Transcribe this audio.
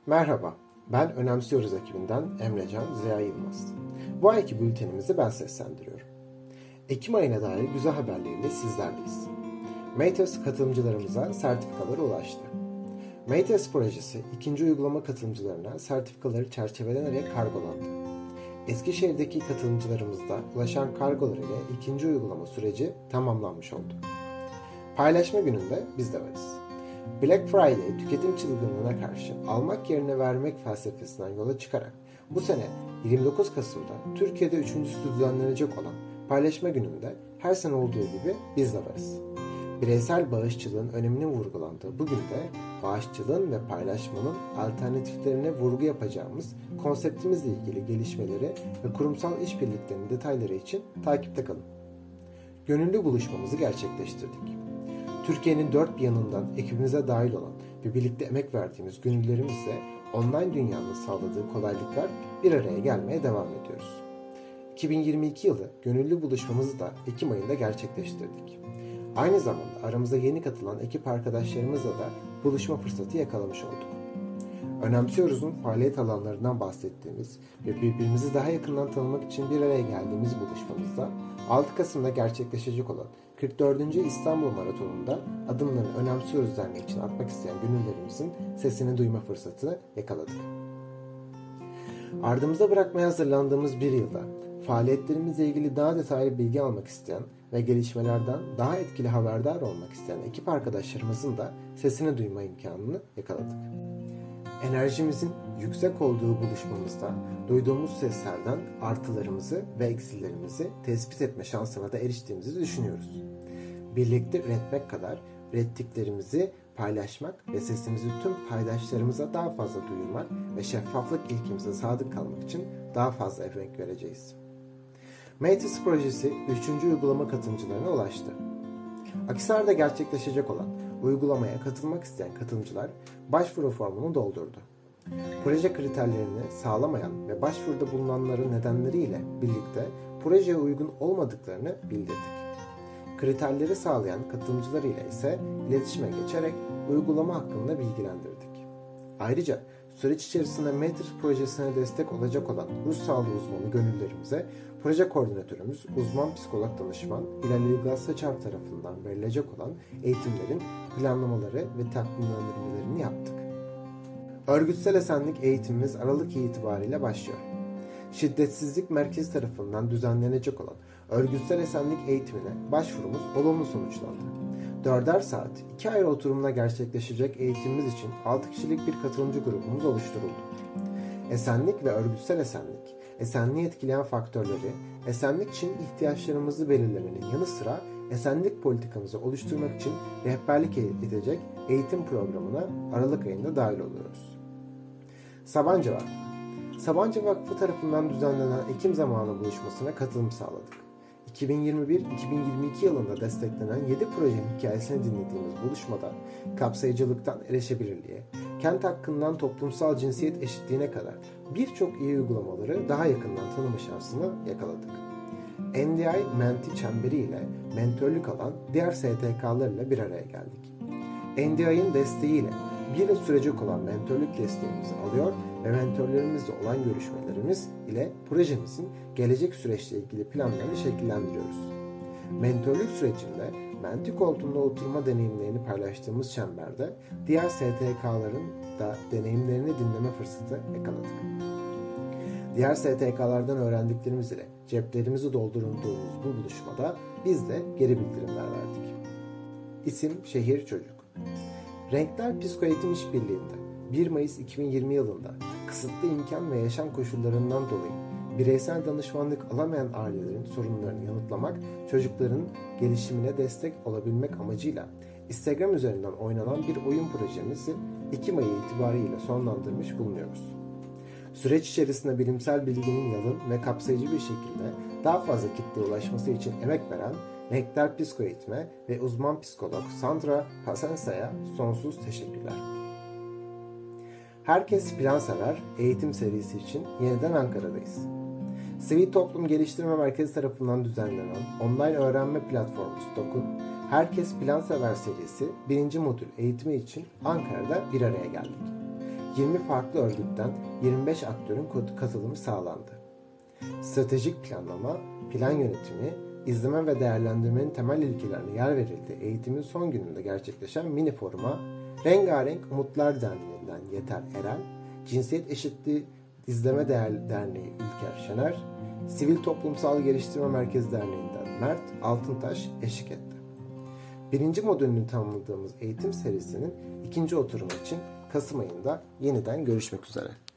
Merhaba, ben Önemsiyoruz ekibinden Emrecan Ziya Yılmaz. Bu ayki bültenimizi ben seslendiriyorum. Ekim ayına dair güzel haberleriyle sizlerleyiz. Matters katılımcılarımıza sertifikaları ulaştı. Matters projesi ikinci uygulama katılımcılarına sertifikaları çerçevelenerek kargolandı. Eskişehir'deki katılımcılarımızda ulaşan kargolar ile ikinci uygulama süreci tamamlanmış oldu. Paylaşma gününde biz de varız. Black Friday tüketim çılgınlığına karşı almak yerine vermek felsefesinden yola çıkarak bu sene 29 Kasım'da Türkiye'de üçüncüsü düzenlenecek olan Paylaşma Günü'nde her sene olduğu gibi biz de varız. Bireysel bağışçılığın öneminin vurgulandığı bu günde bağışçılığın ve paylaşmanın alternatiflerine vurgu yapacağımız konseptimizle ilgili gelişmeleri ve kurumsal işbirliklerinin detayları için takipte kalın. Gönüllü buluşmamızı gerçekleştirdik. Türkiye'nin dört bir yanından ekibimize dahil olan ve birlikte emek verdiğimiz gönüllülerimizle online dünyanın sağladığı kolaylıklar bir araya gelmeye devam ediyoruz. 2022 yılı gönüllü buluşmamızı da Ekim ayında gerçekleştirdik. Aynı zamanda aramıza yeni katılan ekip arkadaşlarımızla da buluşma fırsatı yakalamış olduk. Önemsiyoruz'un faaliyet alanlarından bahsettiğimiz ve birbirimizi daha yakından tanımak için bir araya geldiğimiz buluşmamızda 6 Kasım'da gerçekleşecek olan 44. İstanbul Maratonu'nda adımlarını Önemsiyoruz Derneği için atmak isteyen gönüllerimizin sesini duyma fırsatını yakaladık. Ardımıza bırakmaya hazırlandığımız bir yılda faaliyetlerimizle ilgili daha detaylı bilgi almak isteyen ve gelişmelerden daha etkili haberdar olmak isteyen ekip arkadaşlarımızın da sesini duyma imkanını yakaladık. Enerjimizin yüksek olduğu buluşmamızda duyduğumuz seslerden artılarımızı ve eksilerimizi tespit etme şansına da eriştiğimizi düşünüyoruz. Birlikte üretmek kadar ürettiklerimizi paylaşmak ve sesimizi tüm paydaşlarımıza daha fazla duyurmak ve şeffaflık ilkemize sadık kalmak için daha fazla emek vereceğiz. Matters projesi 3. uygulama katılımcılarına ulaştı. Akhisar'da gerçekleşecek olan uygulamaya katılmak isteyen katılımcılar başvuru formunu doldurdu. Proje kriterlerini sağlamayan ve başvuruda bulunanların nedenleriyle birlikte projeye uygun olmadıklarını bildirdik. Kriterleri sağlayan katılımcılar ile ise iletişime geçerek uygulama hakkında bilgilendirdik. Ayrıca süreç içerisinde Matters projesine destek olacak olan ruh sağlığı uzmanı gönüllerimize proje koordinatörümüz uzman psikolog danışman Hilal İlgaz Saçar tarafından verilecek olan eğitimlerin planlamaları ve takvimlendirmelerini yaptık. Örgütsel esenlik eğitimimiz Aralık itibariyle başlıyor. Şiddetsizlik Merkezi tarafından düzenlenecek olan örgütsel esenlik eğitimine başvurumuz olumlu sonuçlandı. 4'er saat 2 ayrı oturumla gerçekleşecek eğitimimiz için 6 kişilik bir katılımcı grubumuz oluşturuldu. Esenlik ve örgütsel esenlik, esenliği etkileyen faktörleri, esenlik için ihtiyaçlarımızı belirlemenin yanı sıra esenlik politikamızı oluşturmak için rehberlik edecek eğitim programına Aralık ayında dahil oluyoruz. Sabancı Vakfı Sabancı Vakfı tarafından düzenlenen Ekim zamanı buluşmasına katılım sağladık. 2021-2022 yılında desteklenen 7 projenin hikayesini dinlediğimiz buluşmada kapsayıcılıktan erişebilirliğe, kent hakkından toplumsal cinsiyet eşitliğine kadar birçok iyi uygulamaları daha yakından tanıma şansını yakaladık. NDI Menti çemberi ile mentörlük alan diğer STK'lar ile bir araya geldik. NDI'nin desteğiyle bir yıl sürecek olan mentörlük desteğimizi alıyor ve mentörlerimizle olan görüşmelerimiz ile projemizin gelecek süreçle ilgili planlarını şekillendiriyoruz. Mentörlük sürecinde menti koltuğunda oturma deneyimlerini paylaştığımız çemberde diğer STK'ların da deneyimlerini dinleme fırsatı yakaladık. Diğer STK'lardan öğrendiklerimiz ile ceplerimizi doldurduğumuz bu buluşmada biz de geri bildirimler verdik. İsim, şehir, çocuk. Renkler Psikoeğitim İşbirliği'nde 1 Mayıs 2020 yılında kısıtlı imkan ve yaşam koşullarından dolayı bireysel danışmanlık alamayan ailelerin sorunlarını yanıtlamak, çocukların gelişimine destek olabilmek amacıyla Instagram üzerinden oynanan bir oyun projemizi 2 Mayıs itibariyle sonlandırmış bulunuyoruz. Süreç içerisinde bilimsel bilginin yalın ve kapsayıcı bir şekilde daha fazla kitleye ulaşması için emek veren Renkler Psikoeğitim'e ve uzman psikolog Sandra Pasensa'ya sonsuz teşekkürler. Herkes Plansever eğitim serisi için yeniden Ankara'dayız. Sivil Toplum Geliştirme Merkezi tarafından düzenlenen online öğrenme platformu STOK'un Herkes Plansever serisi 1. modül eğitimi için Ankara'da bir araya geldik. 20 farklı örgütten 25 aktörün katılımı sağlandı. Stratejik planlama, plan yönetimi, izleme ve değerlendirmenin temel ilkelerine yer verildi. Eğitimin son gününde gerçekleşen mini foruma Rengarenk Umutlar Derneği'nden Yeter Eren, Cinsiyet Eşitliği İzleme Derneği İlker Şener, Sivil Toplumsal Geliştirme Merkezi Derneği'nden Mert Altıntaş eşlik etti. Birinci modülünü tamamladığımız eğitim serisinin ikinci oturumu için Kasım ayında yeniden görüşmek üzere.